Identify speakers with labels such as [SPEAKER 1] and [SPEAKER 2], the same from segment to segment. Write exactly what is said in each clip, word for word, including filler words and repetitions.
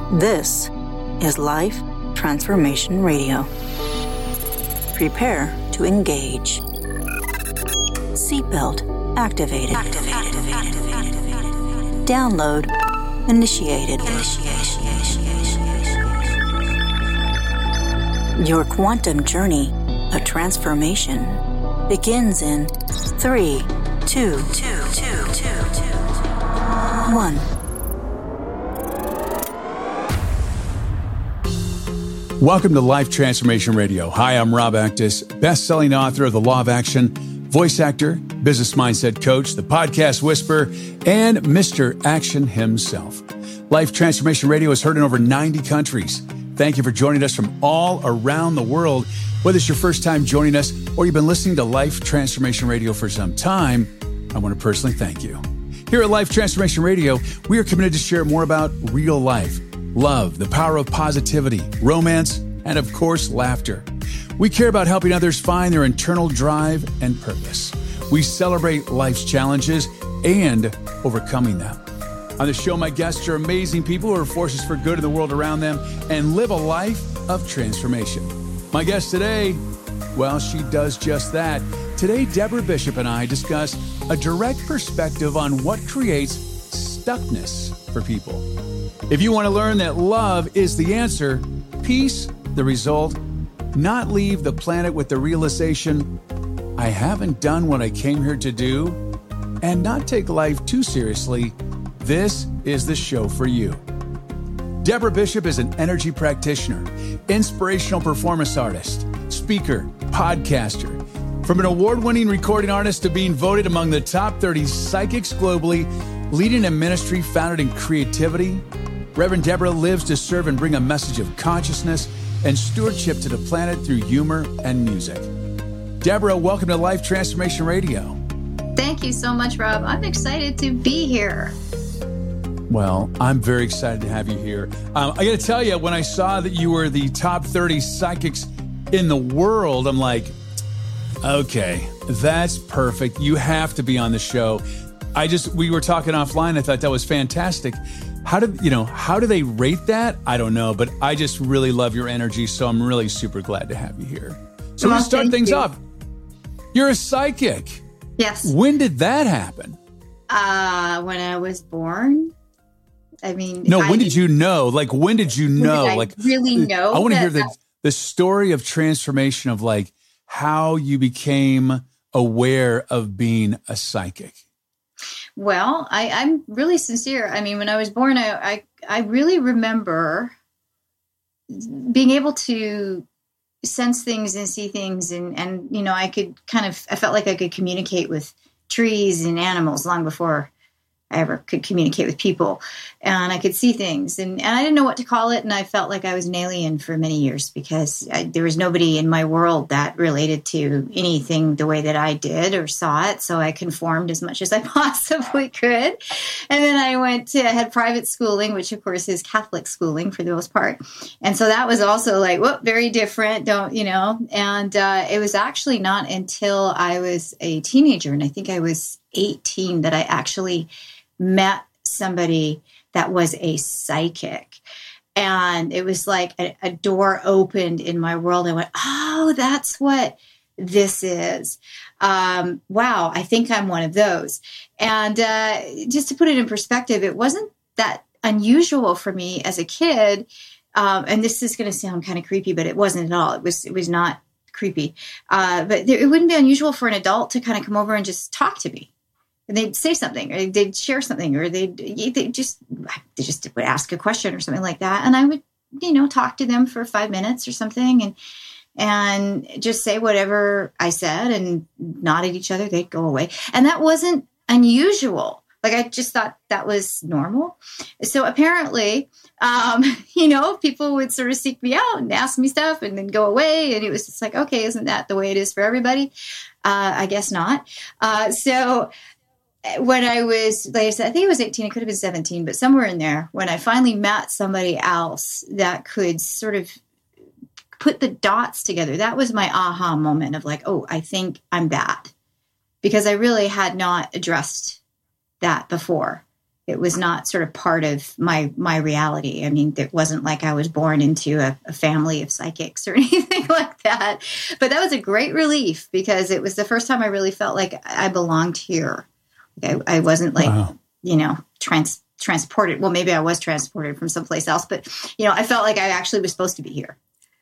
[SPEAKER 1] This is Life Transformation Radio. Prepare to engage. Seatbelt activated. Activated. Download initiated. Your quantum journey of transformation begins in three, two, two, two, two, two, one.
[SPEAKER 2] Welcome to Life Transformation Radio. Hi, I'm Rob Actis, best-selling author of The Law of Action, voice actor, business mindset coach, the podcast whisperer, and Mister Action himself. Life Transformation Radio is heard in over ninety countries. Thank you for joining us from all around the world. Whether it's your first time joining us or you've been listening to Life Transformation Radio for some time, I want to personally thank you. Here at Life Transformation Radio, we are committed to share more about real life, love, the power of positivity, romance, and of course, laughter. We care about helping others find their internal drive and purpose. We celebrate life's challenges and overcoming them. On the show, my guests are amazing people who are forces for good in the world around them and live a life of transformation. My guest today, well, she does just that. Today, Deborah Bishop and I discuss a direct perspective on what creates stuckness for people. If you want to learn that love is the answer, peace the result, not leave the planet with the realization, I haven't done what I came here to do, and not take life too seriously, this is the show for you. Deborah Bishop is an energy practitioner, inspirational performance artist, speaker, podcaster. From an award-winning recording artist to being voted among the top thirty psychics globally, leading a ministry founded in creativity, Reverend Deborah lives to serve and bring a message of consciousness and stewardship to the planet through humor and music. Deborah, welcome to Life Transformation Radio.
[SPEAKER 3] Thank you so much, Rob. I'm excited to be here.
[SPEAKER 2] Well, I'm very excited to have you here. Um, I got to tell you, when I saw that you were the top thirty psychics in the world, I'm like, okay, that's perfect. You have to be on the show. I just, we were talking offline. I thought that was fantastic. How do, you know, how do they rate that? I don't know, but I just really love your energy. So I'm really super glad to have you here. So
[SPEAKER 3] well,
[SPEAKER 2] let's start things
[SPEAKER 3] you.
[SPEAKER 2] off. You're a psychic.
[SPEAKER 3] Yes.
[SPEAKER 2] When did that happen?
[SPEAKER 3] Uh, when I was born. I mean,
[SPEAKER 2] no,
[SPEAKER 3] I,
[SPEAKER 2] when did you know? Like, when did you know?
[SPEAKER 3] Did I
[SPEAKER 2] like,
[SPEAKER 3] really know?
[SPEAKER 2] I want to hear the,
[SPEAKER 3] that-
[SPEAKER 2] the story of transformation of like how you became aware of being a psychic.
[SPEAKER 3] Well, I, I'm really sincere. I mean, when I was born, I, I, I really remember being able to sense things and see things. And, and, you know, I could kind of, I felt like I could communicate with trees and animals long before I ever could communicate with people, and I could see things, and, and I didn't know what to call it. And I felt like I was an alien for many years because I, there was nobody in my world that related to anything the way that I did or saw it. So I conformed as much as I possibly could. And then I went to, I had private schooling, which of course is Catholic schooling for the most part. And so that was also like, whoop, very different. Don't, you know, and uh, it was actually not until I was a teenager, and I think I was eighteen, that I actually met somebody that was a psychic. And it was like a, a door opened in my world. I went, oh, that's what this is. Um, wow, I think I'm one of those. And uh, just to put it in perspective, it wasn't that unusual for me as a kid. Um, and this is going to sound kind of creepy, but it wasn't at all. It was, it was not creepy. Uh, but there, it wouldn't be unusual for an adult to kind of come over and just talk to me. And they'd say something, or they'd share something, or they'd they just they just would ask a question or something like that, and I would, you know, talk to them for five minutes or something, and and just say whatever I said, and nod at each other. They'd go away, and that wasn't unusual. Like, I just thought that was normal. So apparently, um, you know, people would sort of seek me out and ask me stuff, and then go away, and it was just like, okay, isn't that the way it is for everybody? Uh, I guess not. Uh, so. When I was, like I said, I think it was eighteen, it could have been seventeen, but somewhere in there, when I finally met somebody else that could sort of put the dots together, that was my aha moment of like, oh, I think I'm that. Because I really had not addressed that before. It was not sort of part of my my reality. I mean, it wasn't like I was born into a, a family of psychics or anything like that. But that was a great relief because it was the first time I really felt like I belonged here. I, I wasn't like, wow. you know, trans transported. Well, maybe I was transported from someplace else, but, you know, I felt like I actually was supposed to be here.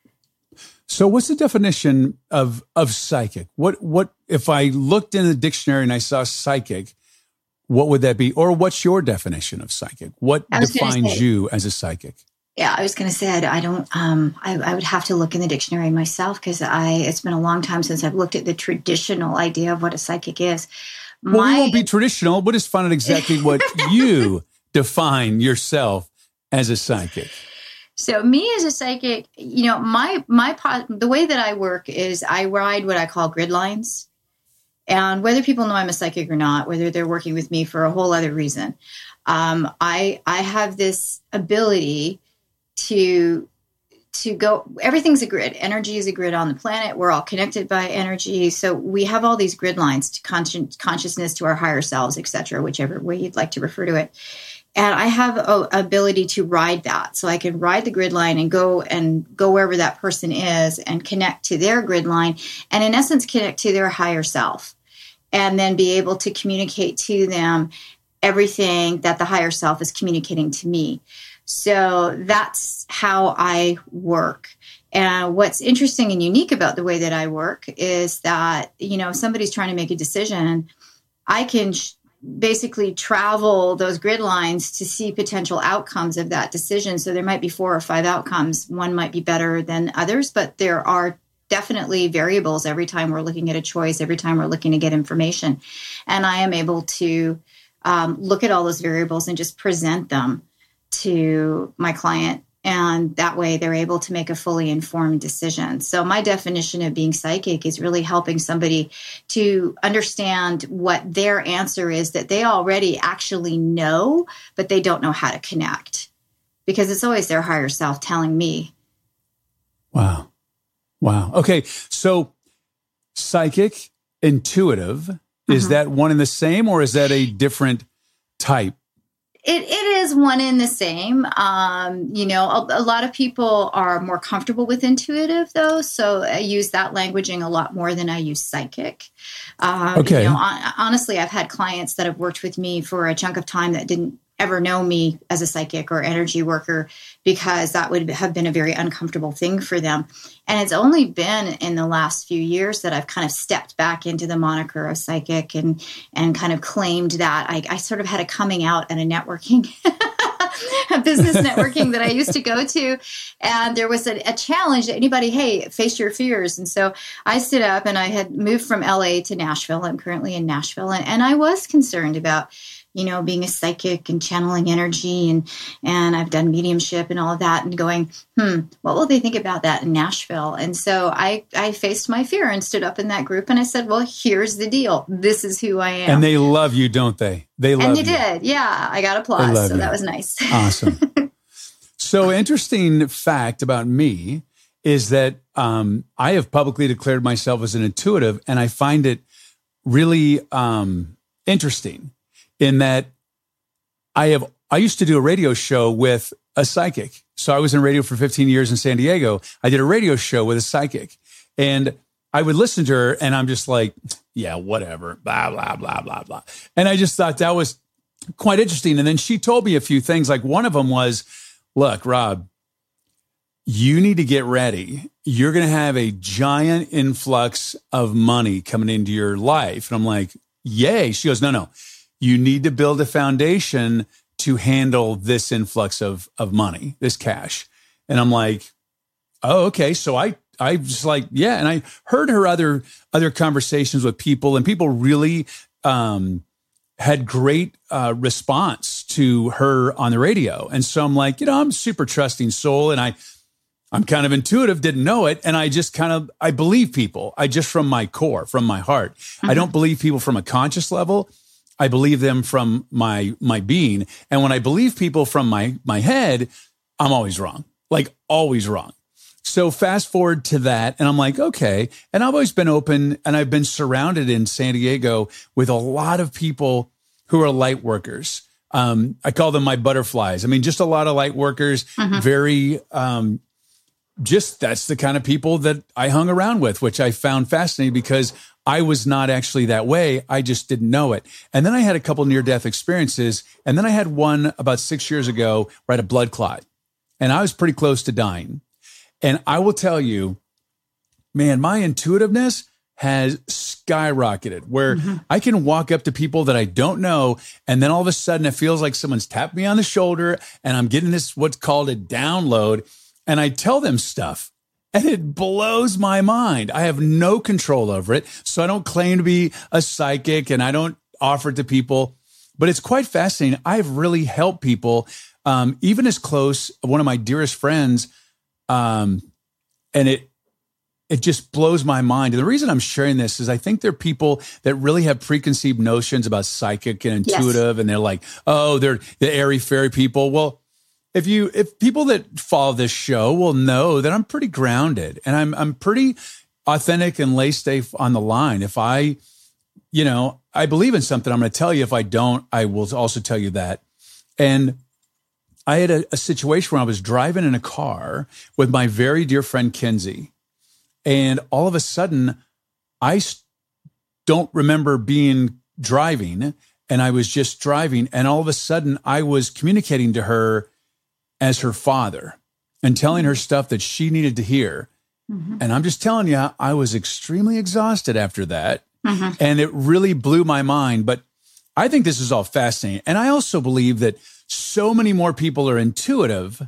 [SPEAKER 2] So what's the definition of of psychic? What what if I looked in the dictionary and I saw psychic, what would that be? Or what's your definition of psychic? What defines say, you as a psychic?
[SPEAKER 3] Yeah, I was going to say, I, I don't, um, I, I would have to look in the dictionary myself because I, it's been a long time since I've looked at the traditional idea of what a psychic is.
[SPEAKER 2] Well, My, we won't be traditional. We'll just find out exactly what you define yourself as a psychic.
[SPEAKER 3] So me as a psychic, you know, my, my, the way that I work is I ride what I call grid lines. And whether people know I'm a psychic or not, whether they're working with me for a whole other reason, um, I I have this ability to to go. Everything's a grid. Energy is a grid on the planet. We're all connected by energy. So we have all these grid lines to consci- consciousness, to our higher selves, et cetera, whichever way you'd like to refer to it. And I have a ability to ride that. So I can ride the grid line and go and go wherever that person is and connect to their grid line and in essence connect to their higher self and then be able to communicate to them everything that the higher self is communicating to me. So that's how I work. And what's interesting and unique about the way that I work is that, you know, if somebody's trying to make a decision, I can sh- basically travel those grid lines to see potential outcomes of that decision. So there might be four or five outcomes. One might be better than others, but there are definitely variables every time we're looking at a choice, every time we're looking to get information. And I am able to um, look at all those variables and just present them to my client. And that way they're able to make a fully informed decision. So my definition of being psychic is really helping somebody to understand what their answer is that they already actually know, but they don't know how to connect because it's always their higher self telling me.
[SPEAKER 2] Wow. Wow. Okay. So psychic, intuitive, mm-hmm. is that one and the same or is that a different type?
[SPEAKER 3] It it is one and the same. Um, you know, a, a lot of people are more comfortable with intuitive, though. So I use that languaging a lot more than I use psychic. Um,
[SPEAKER 2] okay.
[SPEAKER 3] You know, on, honestly, I've had clients that have worked with me for a chunk of time that didn't ever know me as a psychic or energy worker because that would have been a very uncomfortable thing for them. And it's only been in the last few years that I've kind of stepped back into the moniker of psychic and and kind of claimed that. I, I sort of had a coming out at a networking, a business networking that I used to go to. And there was a, a challenge that anybody, hey, face your fears. And so I stood up and I had moved from L A to Nashville. I'm currently in Nashville. And, and I was concerned about you know, being a psychic and channeling energy and, and I've done mediumship and all of that and going, hmm, what will they think about that in Nashville? And so I, I faced my fear and stood up in that group and I said, well, here's the deal. This is who I am.
[SPEAKER 2] And they love you, don't they? They love you.
[SPEAKER 3] And they you. did. Yeah. I got applause. So you. That was nice.
[SPEAKER 2] Awesome. So interesting fact about me is that um, I have publicly declared myself as an intuitive and I find it really um, interesting. In that I have, I used to do a radio show with a psychic. So I was in radio for fifteen years in San Diego. I did a radio show with a psychic and I would listen to her and I'm just like, yeah, whatever, blah, blah, blah, blah, blah. And I just thought that was quite interesting. And then she told me a few things. Like one of them was, look, Rob, you need to get ready. You're going to have a giant influx of money coming into your life. And I'm like, yay. She goes, no, no. You need to build a foundation to handle this influx of, of money, this cash. And I'm like, oh, okay. So I, I was like, yeah. And I heard her other, other conversations with people and people really um, had great uh, response to her on the radio. And so I'm like, you know, I'm a super trusting soul and I, I'm kind of intuitive, didn't know it. And I just kind of, I believe people. I just from my core, from my heart. Mm-hmm. I don't believe people from a conscious level. I believe them from my my being. And when I believe people from my my head, I'm always wrong, like always wrong. So fast forward to that. And I'm like, okay. And I've always been open and I've been surrounded in San Diego with a lot of people who are light workers. Um, I call them my butterflies. I mean, just a lot of light workers, mm-hmm. very, um, just that's the kind of people that I hung around with, which I found fascinating because I was not actually that way. I just didn't know it. And then I had a couple near-death experiences. And then I had one about six years ago where I had a blood clot. And I was pretty close to dying. And I will tell you, man, my intuitiveness has skyrocketed where mm-hmm. I can walk up to people that I don't know. And then all of a sudden it feels like someone's tapped me on the shoulder and I'm getting this, what's called a download. And I tell them stuff and it blows my mind. I have no control over it. So I don't claim to be a psychic and I don't offer it to people, but it's quite fascinating. I've really helped people, um, even as close, one of my dearest friends, um, and it, It just blows my mind. And the reason I'm sharing this is I think there are people that really have preconceived notions about psychic and intuitive. Yes. And they're like, oh, they're the airy fairy people. Well, if you, if people that follow this show will know that I'm pretty grounded and I'm, I'm pretty authentic and lay safe on the line. If I, you know, I believe in something, I'm going to tell you. If I don't, I will also tell you that. And I had a, a situation where I was driving in a car with my very dear friend, Kinsey. And all of a sudden, I don't remember being driving, and I was just driving. And all of a sudden, I was communicating to her as her father and telling her stuff that she needed to hear. Mm-hmm. And I'm just telling you, I was extremely exhausted after that. Mm-hmm. And it really blew my mind. But I think this is all fascinating. And I also believe that so many more people are intuitive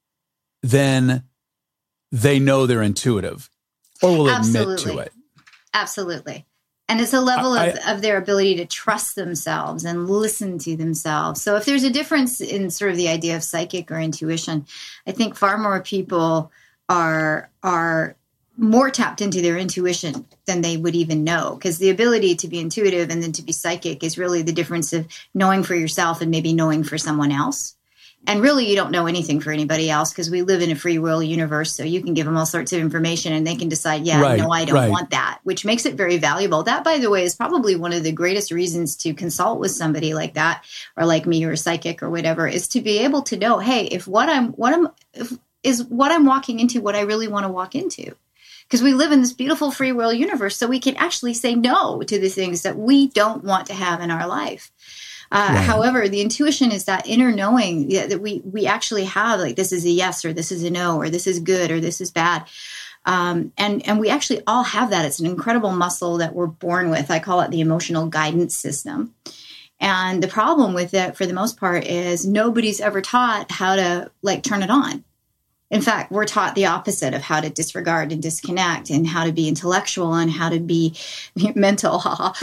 [SPEAKER 2] than they know they're intuitive. Or will
[SPEAKER 3] Absolutely.
[SPEAKER 2] admit to it.
[SPEAKER 3] Absolutely. And it's a level
[SPEAKER 2] I,
[SPEAKER 3] of, of their ability to trust themselves and listen to themselves. So if there's a difference in sort of the idea of psychic or intuition, I think far more people are are more tapped into their intuition than they would even know. Because the ability to be intuitive and then to be psychic is really the difference of knowing for yourself and maybe knowing for someone else. And really, you don't know anything for anybody else because we live in a free will universe. So you can give them all sorts of information and they can decide, yeah, right, no, I don't right. want that, which makes it very valuable. That, by the way, is probably one of the greatest reasons to consult with somebody like that or like me or a psychic or whatever, is to be able to know, hey, if what I'm, what I'm, if, is what I'm walking into what I really want to walk into. Because we live in this beautiful free will universe. So we can actually say no to the things that we don't want to have in our life. Uh, right. However, the intuition is that inner knowing that we, we actually have, like, this is a yes, or this is a no, or this is good, or this is bad. Um, and, and we actually all have that. It's an incredible muscle that we're born with. I call it the emotional guidance system. And the problem with it, for the most part, is nobody's ever taught how to, like, turn it on. In fact, we're taught the opposite of how to disregard and disconnect and how to be intellectual and how to be mental. uh,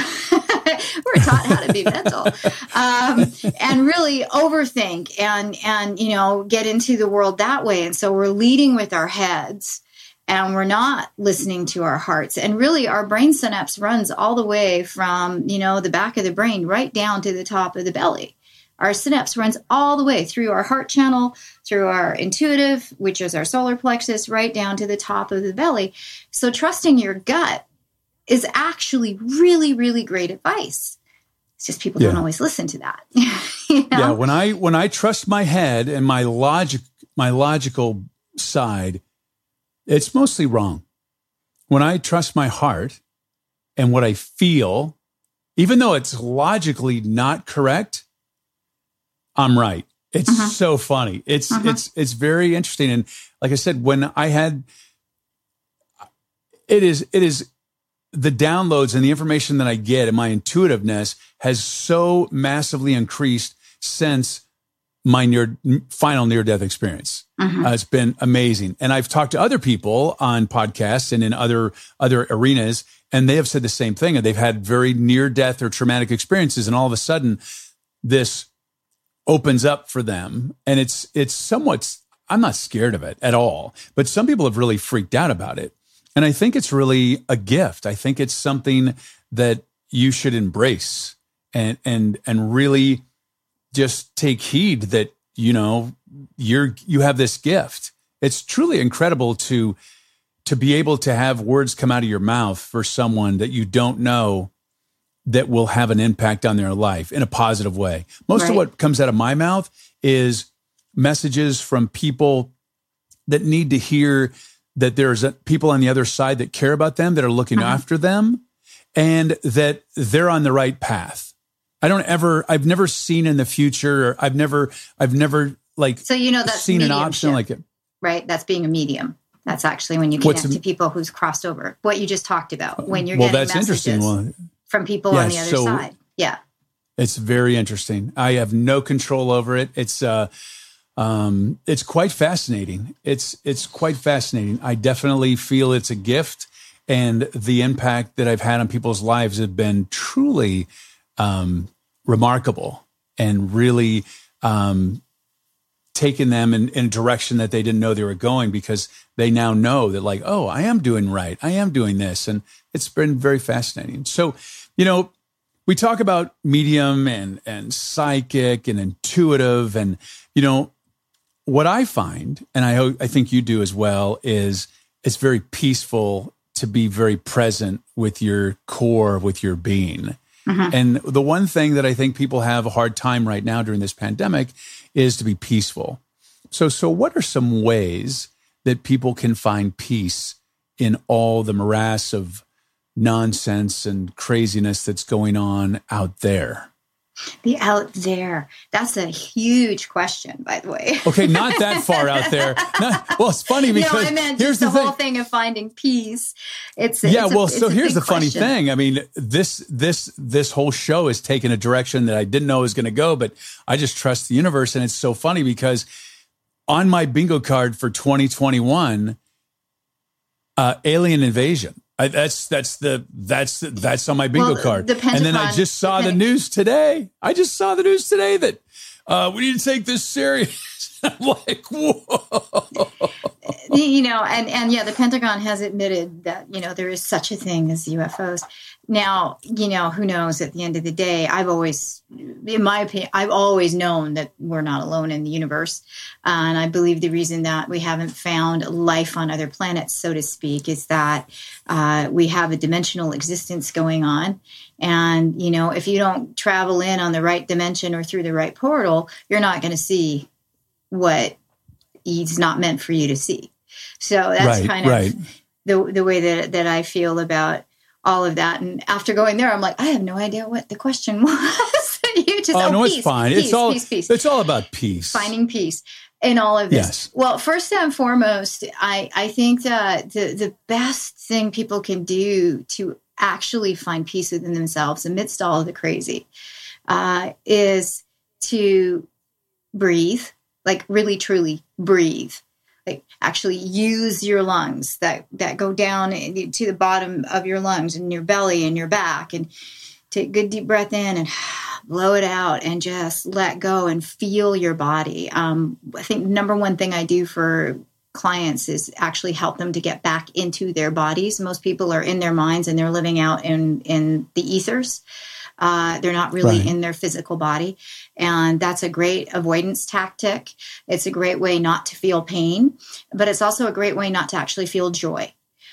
[SPEAKER 3] we're taught how to be mental um, and really overthink and, and, you know, get into the world that way. And so we're leading with our heads and we're not listening to our hearts. And really our brain synapse runs all the way from, you know, the back of the brain right down to the top of the belly. Our synapse runs all the way through our heart channel, through our intuitive, which is our solar plexus, right down to the top of the belly. So trusting your gut is actually really, really great advice. It's just people yeah. don't always listen to that. You know?
[SPEAKER 2] Yeah, when I when I trust my head and my logic, my logical side, it's mostly wrong. When I trust my heart and what I feel, even though it's logically not correct, I'm right. It's uh-huh. so funny. It's uh-huh. it's it's very interesting. And like I said, when I had, it is it is the downloads and the information that I get and my intuitiveness has so massively increased since my near final near death experience. Uh-huh. Uh, it's been amazing. And I've talked to other people on podcasts and in other other arenas, and they have said the same thing. And they've had very near death or traumatic experiences, and all of a sudden, this opens up for them. And it's, it's somewhat, I'm not scared of it at all, but some people have really freaked out about it. And I think it's really a gift. I think it's something that you should embrace and, and, and really just take heed that, you know, you're, you have this gift. It's truly incredible to, to be able to have words come out of your mouth for someone that you don't know that will have an impact on their life in a positive way. Most
[SPEAKER 3] right.
[SPEAKER 2] of what comes out of my mouth is messages from people that need to hear that there's a, people on the other side that care about them, that are looking uh-huh. after them, and that they're on the right path. I don't ever, I've never seen in the future, or I've never, I've never like
[SPEAKER 3] so you know that's
[SPEAKER 2] seen an option like it.
[SPEAKER 3] Right? That's being a medium. That's actually when you connect to people who's crossed over. What you just talked about, when you're
[SPEAKER 2] well,
[SPEAKER 3] getting
[SPEAKER 2] that's
[SPEAKER 3] messages
[SPEAKER 2] interesting. Well,
[SPEAKER 3] from people
[SPEAKER 2] yeah,
[SPEAKER 3] on the other
[SPEAKER 2] so
[SPEAKER 3] side. Yeah.
[SPEAKER 2] It's very interesting. I have no control over it. It's uh, um, it's quite fascinating. It's it's quite fascinating. I definitely feel it's a gift, and the impact that I've had on people's lives have been truly um, remarkable, and really um, taken them in, in a direction that they didn't know they were going, because they now know that, like, oh, I am doing right. I am doing this. And it's been very fascinating. So, you know, we talk about medium and, and psychic and intuitive, and, you know, what I find, and I hope, I think you do as well, is it's very peaceful to be very present with your core, with your being. Mm-hmm. And the one thing that I think people have a hard time right now during this pandemic is to be peaceful. So, so what are some ways that people can find peace in all the morass of nonsense and craziness that's going on out there?
[SPEAKER 3] The out there. That's a huge question, by the way.
[SPEAKER 2] Okay, not that far out there. Not, well, it's funny because
[SPEAKER 3] no, I meant
[SPEAKER 2] here's
[SPEAKER 3] just the,
[SPEAKER 2] the
[SPEAKER 3] whole
[SPEAKER 2] thing.
[SPEAKER 3] thing of finding peace. It's
[SPEAKER 2] yeah.
[SPEAKER 3] It's
[SPEAKER 2] well,
[SPEAKER 3] a,
[SPEAKER 2] so
[SPEAKER 3] it's
[SPEAKER 2] here's the funny
[SPEAKER 3] question.
[SPEAKER 2] thing. I mean, this this this whole show has taken a direction that I didn't know it was going to go, but I just trust the universe, and it's so funny because on my bingo card for twenty twenty-one, uh, alien invasion. I, that's that's the that's that's on my bingo
[SPEAKER 3] well,
[SPEAKER 2] card.
[SPEAKER 3] The Pentagon,
[SPEAKER 2] and then I just saw the, the news today. I just saw the news today that uh, we need to take this serious. I'm like, whoa.
[SPEAKER 3] You know, and, and yeah, the Pentagon has admitted that, you know, there is such a thing as U F Os. Now, you know, who knows at the end of the day, I've always, in my opinion, I've always known that we're not alone in the universe. Uh, and I believe the reason that we haven't found life on other planets, so to speak, is that uh, we have a dimensional existence going on. And, you know, if you don't travel in on the right dimension or through the right portal, you're not going to see what is not meant for you to see. So that's
[SPEAKER 2] right,
[SPEAKER 3] kind of
[SPEAKER 2] right.
[SPEAKER 3] the the way that, that I feel about all of that. And after going there, I'm like, I have no idea what the question was. you just,
[SPEAKER 2] oh,
[SPEAKER 3] oh,
[SPEAKER 2] no,
[SPEAKER 3] peace,
[SPEAKER 2] it's fine.
[SPEAKER 3] Peace,
[SPEAKER 2] it's all
[SPEAKER 3] peace, peace.
[SPEAKER 2] It's all about peace.
[SPEAKER 3] Finding peace in all of this.
[SPEAKER 2] Yes.
[SPEAKER 3] Well, first and foremost, I, I think that the, the best thing people can do to actually find peace within themselves amidst all of the crazy uh, is to breathe, like really, truly breathe. Like actually use your lungs that, that go down to the bottom of your lungs and your belly and your back, and take a good deep breath in and blow it out and just let go and feel your body. Um, I think number one thing I do for clients is actually help them to get back into their bodies. Most people are in their minds and they're living out in, in the ethers. Uh, they're not really
[SPEAKER 2] right.
[SPEAKER 3] in their physical body. And that's a great avoidance tactic. It's a great way not to feel pain, but it's also a great way not to actually feel joy.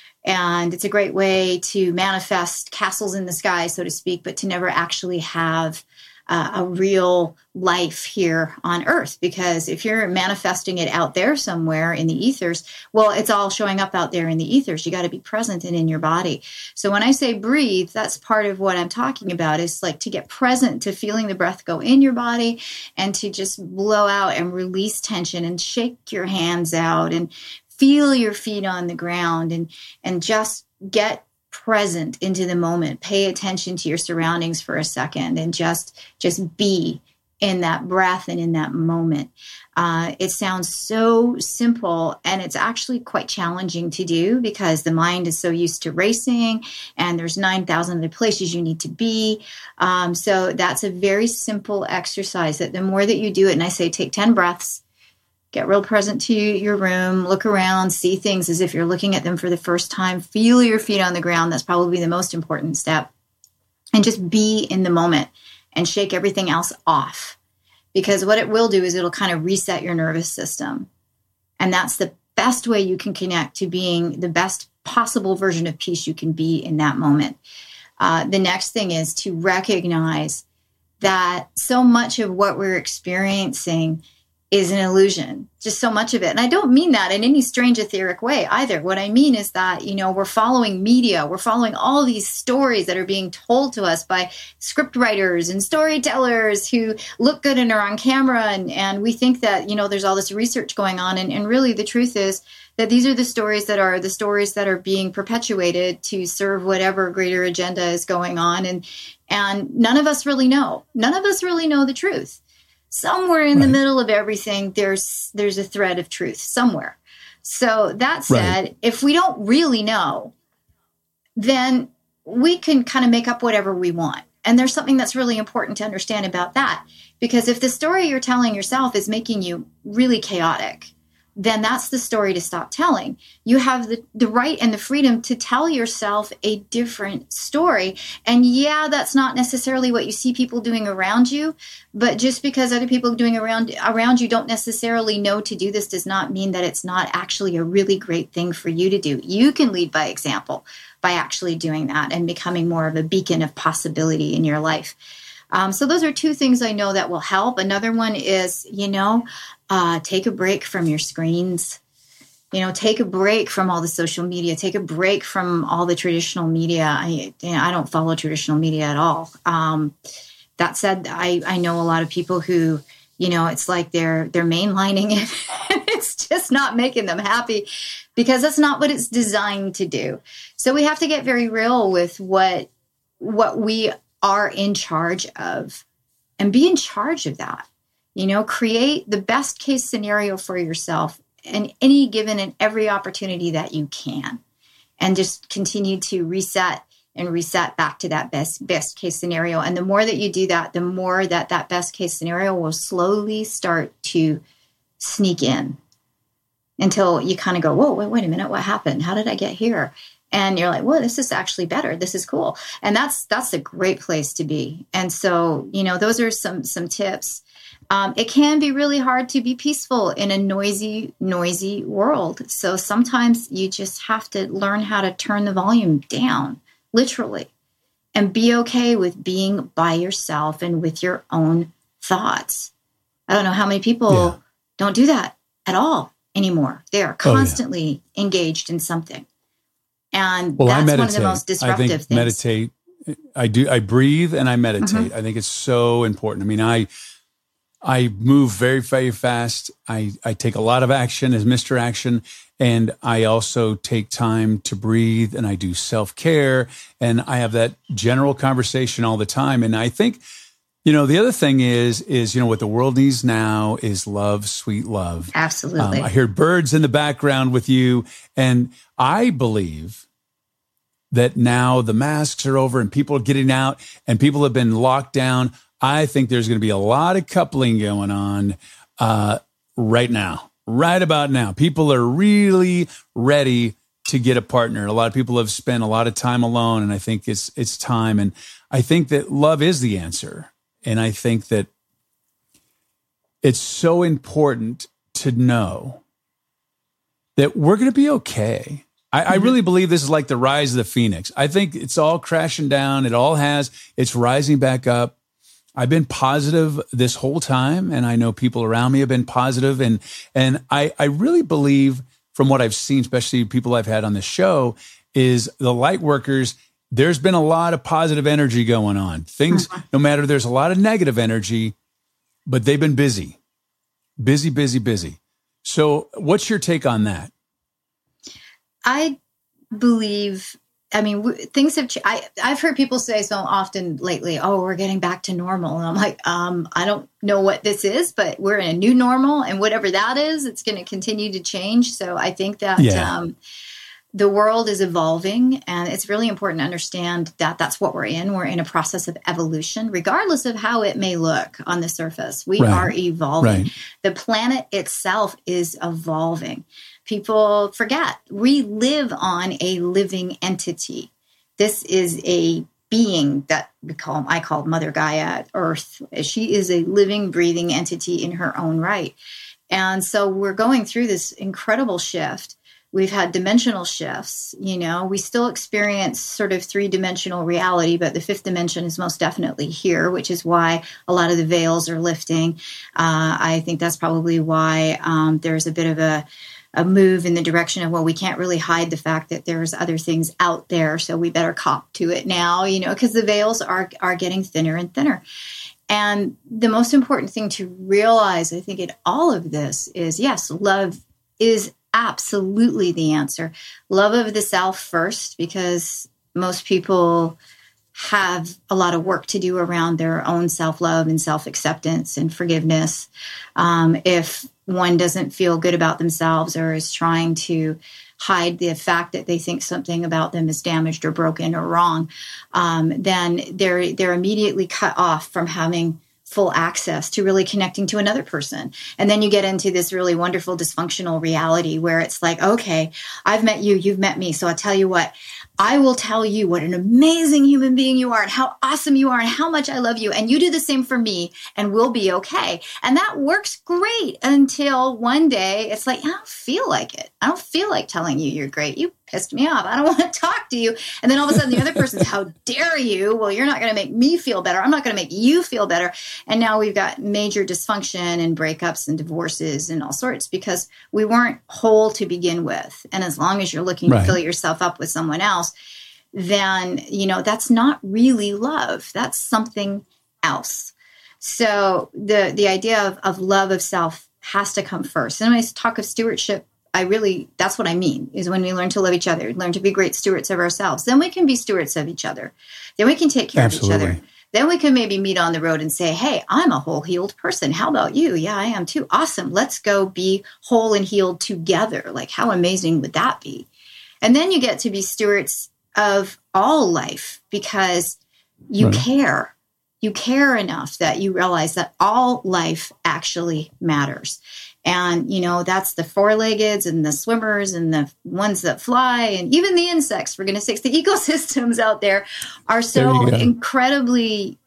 [SPEAKER 3] And it's a great way to manifest castles in the sky, so to speak, but to never actually have uh, a real life here on Earth. Because if you're manifesting it out there somewhere in the ethers, well, it's all showing up out there in the ethers. You got to be present and in your body. So when I say breathe, that's part of what I'm talking about, is like to get present to feeling the breath go in your body and to just blow out and release tension and shake your hands out and feel your feet on the ground and, and just get present into the moment. Pay attention to your surroundings for a second and just, just be in that breath and in that moment. Uh, it sounds so simple, and it's actually quite challenging to do because the mind is so used to racing and there's nine thousand other places you need to be. Um, so that's a very simple exercise that the more that you do it, and I say take ten breaths, get real present to your room, look around, see things as if you're looking at them for the first time, feel your feet on the ground. That's probably the most important step. And just be in the moment and shake everything else off. Because what it will do is it'll kind of reset your nervous system. And that's the best way you can connect to being the best possible version of peace you can be in that moment. Uh, the next thing is to recognize that so much of what we're experiencing is an illusion, just so much of it. And I don't mean that in any strange etheric way either. What I mean is that, you know, we're following media, we're following all these stories that are being told to us by script writers and storytellers who look good and are on camera. And, and we think that, you know, there's all this research going on. And, and really the truth is that these are the stories that are the stories that are being perpetuated to serve whatever greater agenda is going on. And, and none of us really know. None of us really know the truth. Somewhere in right. the middle of everything, there's there's a thread of truth somewhere. So that said, right. if we don't really know, then we can kind of make up whatever we want. And there's something that's really important to understand about that. Because if the story you're telling yourself is making you really chaotic, then that's the story to stop telling. You have the, the right and the freedom to tell yourself a different story. And yeah, that's not necessarily what you see people doing around you, but just because other people doing around around you don't necessarily know to do this does not mean that it's not actually a really great thing for you to do. You can lead by example by actually doing that and becoming more of a beacon of possibility in your life. Um, so those are two things I know that will help. Another one is, you know, uh, take a break from your screens. You know, take a break from all the social media. Take a break from all the traditional media. I, you know, I don't follow traditional media at all. Um, that said, I, I know a lot of people who, you know, it's like they're they're mainlining it. It's just not making them happy because that's not what it's designed to do. So we have to get very real with what what we are in charge of and be in charge of that. You know, create the best case scenario for yourself in any given and every opportunity that you can, and just continue to reset and reset back to that best best case scenario. And the more that you do that, the more that that best case scenario will slowly start to sneak in until you kind of go, whoa, wait, wait a minute, what happened? How did I get here? And you're like, well, this is actually better. This is cool. And that's that's a great place to be. And so, you know, those are some some tips. Um, it can be really hard to be peaceful in a noisy, noisy world. So sometimes you just have to learn how to turn the volume down, literally, and be okay with being by yourself and with your own thoughts. I don't know how many people yeah. don't do that at all anymore. They are constantly oh, yeah. engaged in something. And
[SPEAKER 2] well,
[SPEAKER 3] that's
[SPEAKER 2] one
[SPEAKER 3] of the most disruptive
[SPEAKER 2] I think
[SPEAKER 3] things.
[SPEAKER 2] Meditate. I do. I breathe and I meditate. Mm-hmm. I think it's so important. I mean, I I move very, very fast. I, I take a lot of action as Mister Action. And I also take time to breathe, and I do self-care, and I have that general conversation all the time. And I think, you know, the other thing is, is, you know, what the world needs now is love, sweet love.
[SPEAKER 3] Absolutely.
[SPEAKER 2] Um, I hear birds in the background with you. And I believe that now the masks are over and people are getting out and people have been locked down. I think there's going to be a lot of coupling going on uh, right now, right about now. People are really ready to get a partner. A lot of people have spent a lot of time alone, and I think it's it's time. And I think that love is the answer. And I think that it's so important to know that we're going to be okay. I, mm-hmm. I really believe this is like the rise of the phoenix. I think it's all crashing down. It all has. It's rising back up. I've been positive this whole time, and I know people around me have been positive. And and I, I really believe from what I've seen, especially people I've had on the show, is the light workers, there's been a lot of positive energy going on. Things, no matter, there's a lot of negative energy, but they've been busy, busy, busy, busy. So what's your take on that?
[SPEAKER 3] I believe... I mean, w- things have, ch- I, I've heard people say so often lately, oh, we're getting back to normal. And I'm like, um, I don't know what this is, but we're in a new normal, and whatever that is, it's going to continue to change. So I think that yeah. um, the world is evolving, and it's really important to understand that that's what we're in. We're in a process of evolution, regardless of how it may look on the surface. We right. are evolving. Right. The planet itself is evolving. People forget we live on a living entity. This is a being that we call, I call Mother Gaia, Earth. She is a living, breathing entity in her own right. And so we're going through this incredible shift We've had dimensional shifts. You know, we still experience sort of three-dimensional reality, but the fifth dimension is most definitely here, which is why a lot of the veils are lifting. Uh, I think that's probably why um, there's a bit of a, a move in the direction of, well, we can't really hide the fact that there's other things out there, so we better cop to it now, you know, because the veils are are getting thinner and thinner. And the most important thing to realize, I think, in all of this is, yes, love is absolutely the answer. Love of the self first, because most people have a lot of work to do around their own self-love and self-acceptance and forgiveness. Um, if one doesn't feel good about themselves or is trying to hide the fact that they think something about them is damaged or broken or wrong, um, then they're they're immediately cut off from having full access to really connecting to another person. And then you get into this really wonderful dysfunctional reality where it's like, okay, I've met you, you've met me. So I'll tell you what, I will tell you what an amazing human being you are and how awesome you are and how much I love you. And you do the same for me and we'll be okay. And that works great until one day it's like, I don't feel like it. I don't feel like telling you you're great. You pissed me off. I don't want to talk to you. And then all of a sudden the other person's, how dare you? Well, you're not going to make me feel better. I'm not going to make you feel better. And now we've got major dysfunction and breakups and divorces and all sorts because we weren't whole to begin with. And as long as you're looking right. to fill yourself up with someone else, then, you know, that's not really love. That's something else. So the, the idea of, of love of self has to come first. And when I talk of stewardship, I really, that's what I mean, is when we learn to love each other, learn to be great stewards of ourselves, then we can be stewards of each other. Then we can take care Absolutely. Of each other. Then we can maybe meet on the road and say, hey, I'm a whole healed person. How about you? Yeah, I am too. Awesome. Let's go be whole and healed together. Like, how amazing would that be? And then you get to be stewards of all life because you right. care. You care enough that you realize that all life actually matters. And, you know, that's the four-leggeds and the swimmers and the ones that fly and even the insects, for goodness sakes, the ecosystems out there are so there incredibly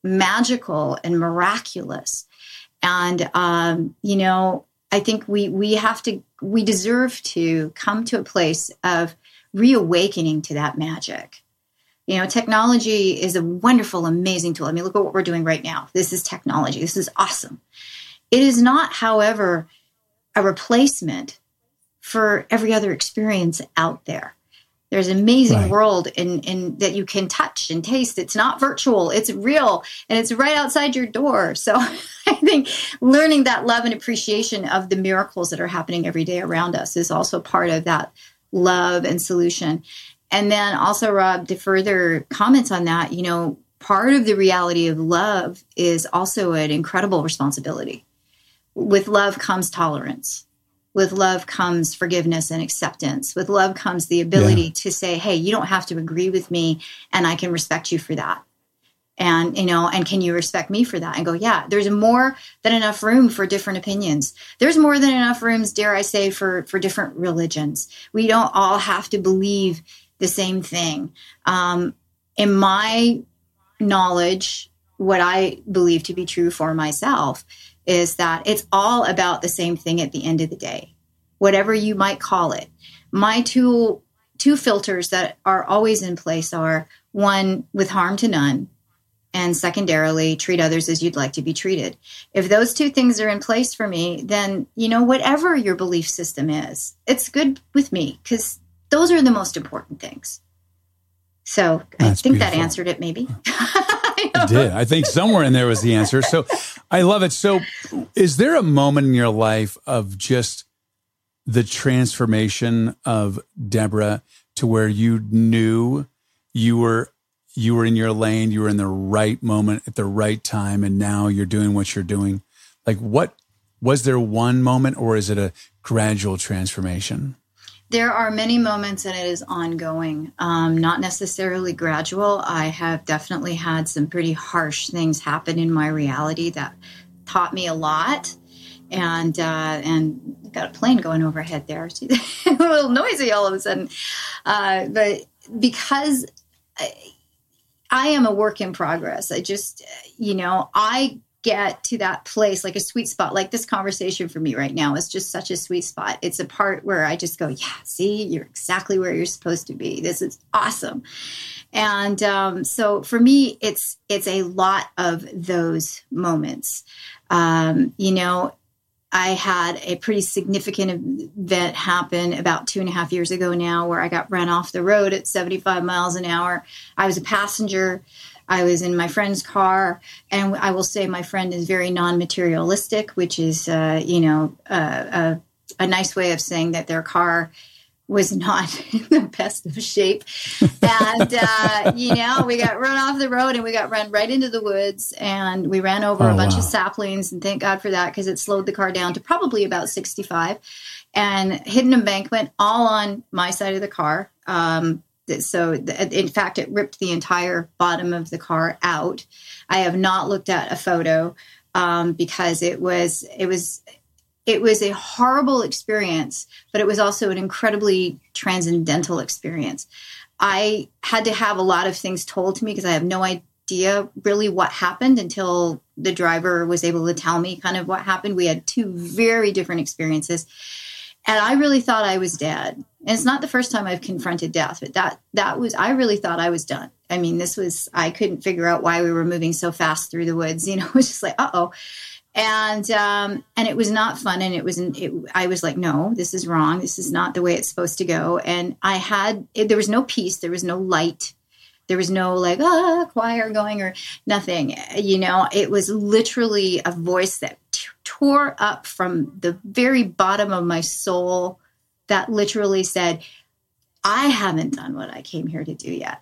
[SPEAKER 3] magical and miraculous. And, um, you know, I think we, we have to, we deserve to come to a place of reawakening to that magic. You know, technology is a wonderful, amazing tool. I mean, look at what we're doing right now. This is technology. This is awesome. It is not, however, a replacement for every other experience out there. There's an amazing right. world in, in that you can touch and taste. It's not virtual. It's real. And it's right outside your door. So I think learning that love and appreciation of the miracles that are happening every day around us is also part of that love and solution. And then also, Rob, to further comment on that, you know, part of the reality of love is also an incredible responsibility. With love comes tolerance. With love comes forgiveness and acceptance. With love comes the ability yeah. to say, hey, you don't have to agree with me and I can respect you for that. And, you know, and can you respect me for that? And go, yeah, there's more than enough room for different opinions. There's more than enough rooms, dare I say, for, for different religions. We don't all have to believe the same thing. Um, in my knowledge, what I believe to be true for myself is that it's all about the same thing at the end of the day, whatever you might call it. My two, two filters that are always in place are, one, with harm to none, and secondarily, treat others as you'd like to be treated. If those two things are in place for me, then, you know, whatever your belief system is, it's good with me because those are the most important things. So That's I think beautiful. That answered it, maybe.
[SPEAKER 2] It did. I think somewhere in there was the answer. So I love it. So is there a moment in your life of just the transformation of Deborah to where you knew you were you were in your lane, you were in the right moment at the right time, and now you're doing what you're doing? Like, what was there one moment, or is it a gradual transformation?
[SPEAKER 3] There are many moments, and it is ongoing, um, not necessarily gradual. I have definitely had some pretty harsh things happen in my reality that taught me a lot. And uh, and got a plane going overhead there. It's a little noisy all of a sudden. Uh, but because I, I am a work in progress, I just, you know, I get to that place, like a sweet spot, like this conversation for me right now is just such a sweet spot. It's a part where I just go, yeah, see, you're exactly where you're supposed to be. This is awesome. And um, so for me, it's it's a lot of those moments. Um, you know, I had a pretty significant event happen about two and a half years ago now where I got run off the road at seventy-five miles an hour. I was a passenger. I was in my friend's car, and I will say my friend is very non-materialistic, which is, uh, you know, uh, a, a nice way of saying that their car was not in the best of shape. And, uh, you know, we got run off the road and we got run right into the woods, and we ran over oh, a bunch wow. of saplings, and thank God for that, because it slowed the car down to probably about sixty-five, and hit an embankment all on my side of the car. Um, So, in fact, it ripped the entire bottom of the car out. I have not looked at a photo um, because it was it was it was a horrible experience, but it was also an incredibly transcendental experience. I had to have a lot of things told to me because I have no idea really what happened until the driver was able to tell me kind of what happened. We had two very different experiences. And I really thought I was dead. And it's not the first time I've confronted death, but that that was, I really thought I was done. I mean, this was, I couldn't figure out why we were moving so fast through the woods. You know, it was just like, uh-oh. And um, and it was not fun. And it was, it, I was like, no, this is wrong. This is not the way it's supposed to go. And I had, it, there was no peace. There was no light. There was no like, ah, choir going or nothing. You know, it was literally a voice that t- tore up from the very bottom of my soul that literally said, I haven't done what I came here to do yet.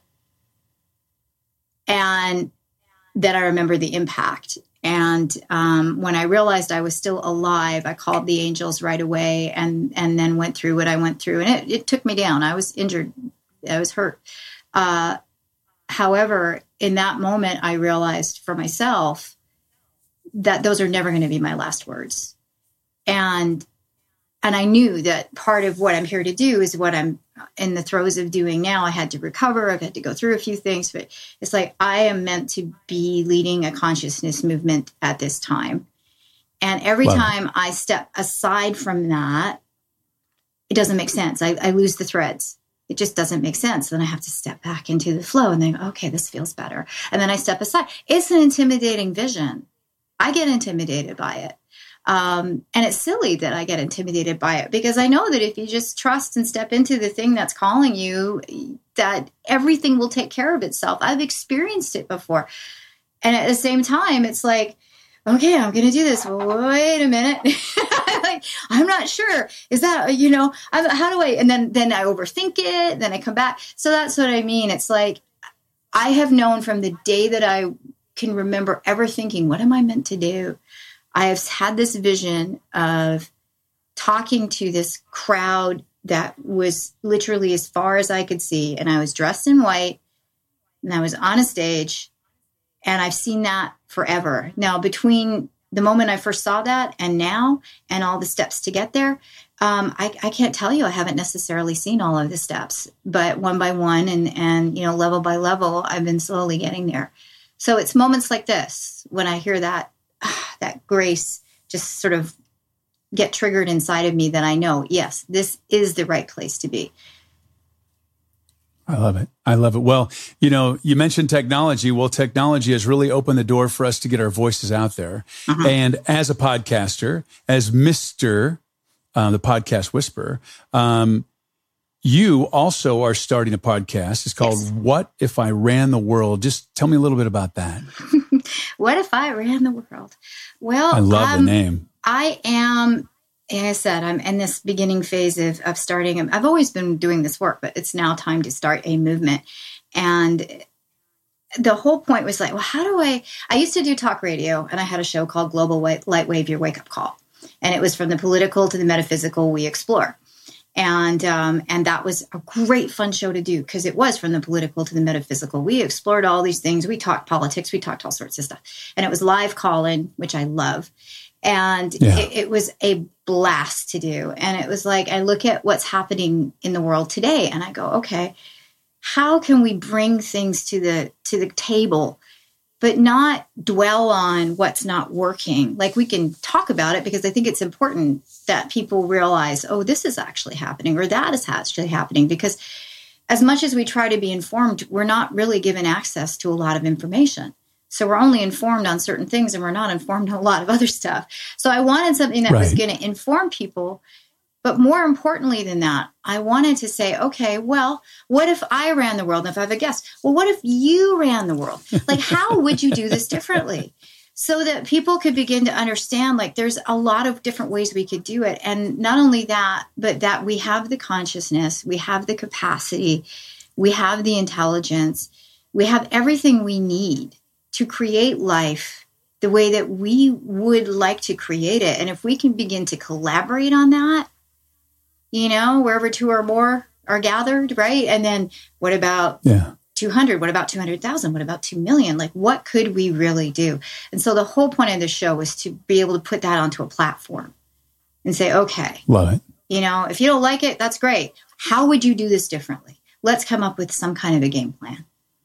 [SPEAKER 3] And then I remember the impact. And um, when I realized I was still alive, I called the angels right away and, and then went through what I went through. And it, it took me down. I was injured. I was hurt. Uh, however, in that moment, I realized for myself that those are never going to be my last words. And and I knew that part of what I'm here to do is what I'm in the throes of doing now. I had to recover. I've had to go through a few things, but it's like I am meant to be leading a consciousness movement at this time. And every wow. time I step aside from that, it doesn't make sense. I, I lose the threads. It just doesn't make sense. Then I have to step back into the flow and think, okay, this feels better. And then I step aside. It's an intimidating vision. I get intimidated by it. Um, and it's silly that I get intimidated by it because I know that if you just trust and step into the thing that's calling you, that everything will take care of itself. I've experienced it before. And at the same time, it's like, okay, I'm going to do this. Wait a minute. Like, I'm not sure. Is that, you know, I'm, how do I, and then, then I overthink it. Then I come back. So that's what I mean. It's like, I have known from the day that I can remember ever thinking, what am I meant to do? I have had this vision of talking to this crowd that was literally as far as I could see. And I was dressed in white and I was on a stage, and I've seen that forever. Now, between the moment I first saw that and now and all the steps to get there, um, I, I can't tell you I haven't necessarily seen all of the steps, but one by one and, and, you know, level by level, I've been slowly getting there. So it's moments like this when I hear that, that grace just sort of get triggered inside of me that I know, yes, this is the right place to be.
[SPEAKER 2] I love it. I love it. Well, you know, you mentioned technology. Well, technology has really opened the door for us to get our voices out there. Uh-huh. And as a podcaster, as Mister Uh, the Podcast Whisperer, um, you also are starting a podcast. It's called yes. What If I Ran the World? Just tell me a little bit about that.
[SPEAKER 3] What if I ran the world? Well,
[SPEAKER 2] I love um, the name.
[SPEAKER 3] I am, like I said, I'm in this beginning phase of, of starting. I've always been doing this work, but it's now time to start a movement. And the whole point was like, well, how do I, I used to do talk radio, and I had a show called Global Light Wave, Your Wake Up Call. And it was from the political to the metaphysical we explore. And um, and that was a great fun show to do because it was from the political to the metaphysical. We explored all these things. We talked politics. We talked all sorts of stuff. And it was live call-in, which I love. And yeah. it, it was a blast to do. And it was like, I look at what's happening in the world today and I go, okay, how can we bring things to the to the table but not dwell on what's not working. Like, we can talk about it because I think it's important that people realize, oh, this is actually happening, or that is actually happening. Because as much as we try to be informed, we're not really given access to a lot of information. So we're only informed on certain things, and we're not informed on a lot of other stuff. So I wanted something that right. was going to inform people. But more importantly than that, I wanted to say, okay, well, what if I ran the world? And if I have a guest, well, what if you ran the world? Like, how would you do this differently? So that people could begin to understand, like, there's a lot of different ways we could do it. And not only that, but that we have the consciousness, we have the capacity, we have the intelligence, we have everything we need to create life the way that we would like to create it. And if we can begin to collaborate on that, you know, wherever two or more are gathered, right? And then what about yeah. two hundred? What about two hundred thousand? What about two million? Like, what could we really do? And so the whole point of the show was to be able to put that onto a platform and say, okay,
[SPEAKER 2] love it.
[SPEAKER 3] You know, if you don't like it, that's great. How would you do this differently? Let's come up with some kind of a game plan.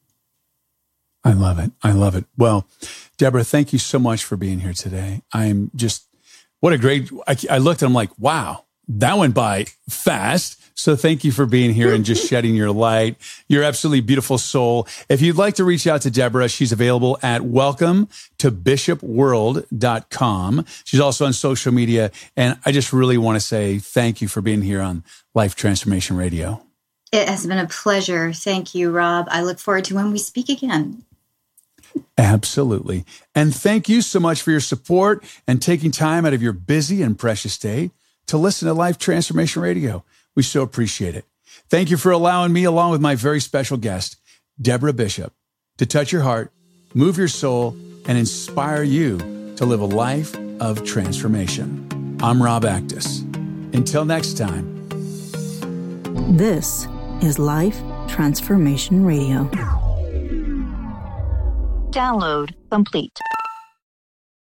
[SPEAKER 2] I love it. I love it. Well, Deborah, thank you so much for being here today. I'm just, what a great, I, I looked and I'm like, wow, that went by fast. So thank you for being here and just shedding your light. You're absolutely beautiful soul. If you'd like to reach out to Deborah, she's available at welcome to bishop world dot com. She's also on social media. And I just really want to say thank you for being here on Life Transformation Radio.
[SPEAKER 3] It has been a pleasure. Thank you, Rob. I look forward to when we speak again.
[SPEAKER 2] Absolutely. And thank you so much for your support and taking time out of your busy and precious day to listen to Life Transformation Radio. We so appreciate it. Thank you for allowing me, along with my very special guest, Deborah Bishop, to touch your heart, move your soul, and inspire you to live a life of transformation. I'm Rob Actis. Until next time.
[SPEAKER 1] This is Life Transformation Radio. Download complete.